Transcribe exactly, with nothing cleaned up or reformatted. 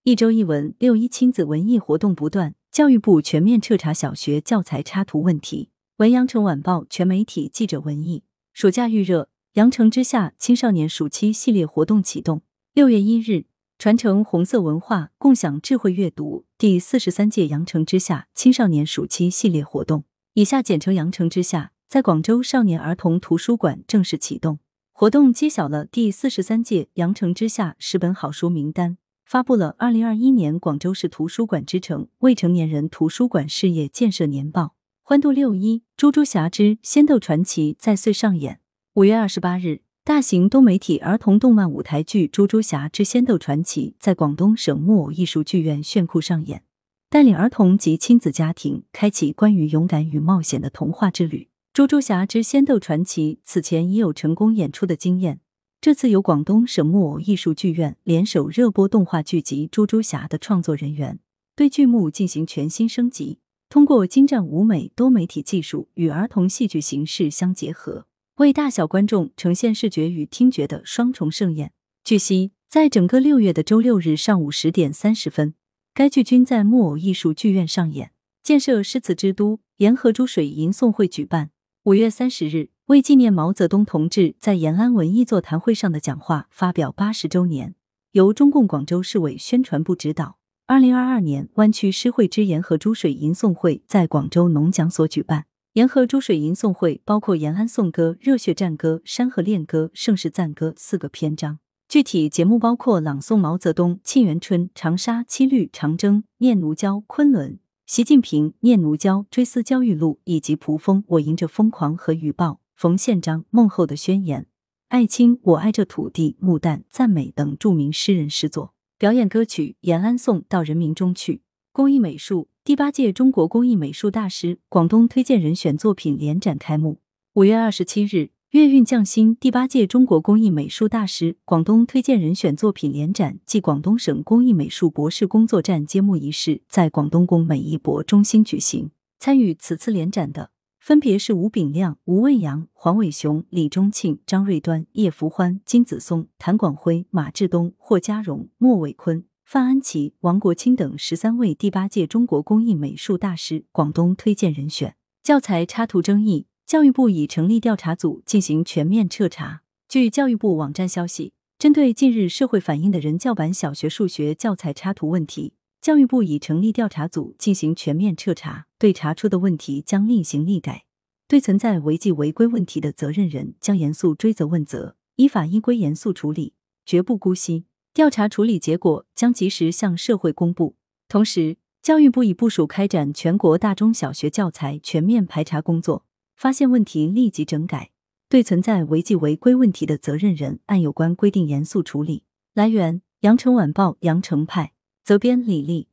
一周一文，六一亲子文艺活动不断，教育部全面彻查小学教材插图问题。文阳城晚报全媒体记者文艺。暑假预热，羊城之夏青少年暑期系列活动启动。六月一日，传承红色文化，共享智慧阅读第四十三届羊城之夏青少年暑期系列活动，以下简称羊城之夏，在广州少年儿童图书馆正式启动。活动揭晓了第四十三届羊城之夏十本好书名单，发布了二零二一年广州市图书馆之城未成年人图书馆事业建设年报。欢度六一，猪猪侠之仙斗传奇再岁上演。五月二十八日，大型多媒体儿童动漫舞台剧《猪猪侠之仙斗传奇》在广东省木偶艺术剧院炫酷上演，带领儿童及亲子家庭开启关于勇敢与冒险的童话之旅。猪猪侠之仙斗传奇此前已有成功演出的经验，这次由广东省木偶艺术剧院联手热播动画剧集《猪猪侠》的创作人员，对剧目进行全新升级，通过精湛舞美多媒体技术与儿童戏剧形式相结合，为大小观众呈现视觉与听觉的双重盛宴。据悉，在整个六月的周六日上午十点三十分，该剧均在木偶艺术剧院上演。建设诗词之都，沿河珠水吟诵会举办。五月三十日，为纪念毛泽东同志在延安文艺座谈会上的讲话发表八十周年，由中共广州市委宣传部指导。二零二二年湾区诗会之沿河珠水吟诵会在广州农讲所举办。沿河珠水吟诵会包括延安颂歌、热血战歌、山河恋歌、盛世赞歌四个篇章。具体节目包括朗诵毛泽东、沁园春、长沙、七律、长征、念奴娇、昆仑、习近平、念奴娇、追思焦裕禄以及蒲峰、我迎着疯狂和雨暴、冯宪章、孟后的宣言、爱卿、我爱这土地、木旦、赞美等著名诗人诗作。表演歌曲《延安颂》到人民中去。工艺美术，第八届中国工艺美术大师广东推荐人选作品联展开幕。五月二十七日，月韵匠心第八届中国工艺美术大师广东推荐人选作品联展暨广东省工艺美术博士工作站揭幕仪式在广东工美艺博中心举行。参与此次联展的分别是吴炳亮、吴卫阳、黄伟雄、李忠庆、张瑞端、叶福欢、金子松、谭广辉、马志东、霍家荣、莫伟坤、范安琪、王国清等十三位第八届中国工艺美术大师广东推荐人选。教材插图争议，教育部已成立调查组进行全面彻查。据教育部网站消息，针对近日社会反映的人教版小学数学教材插图问题，教育部已成立调查组进行全面彻查，对查出的问题将另行立改，对存在违纪违规问题的责任人将严肃追责问责，依法依规严肃处理，绝不姑息。调查处理结果将及时向社会公布。同时，教育部已部署开展全国大中小学教材全面排查工作，发现问题立即整改，对存在违纪违规问题的责任人按有关规定严肃处理。来源：羊城晚报羊城派，责编李丽。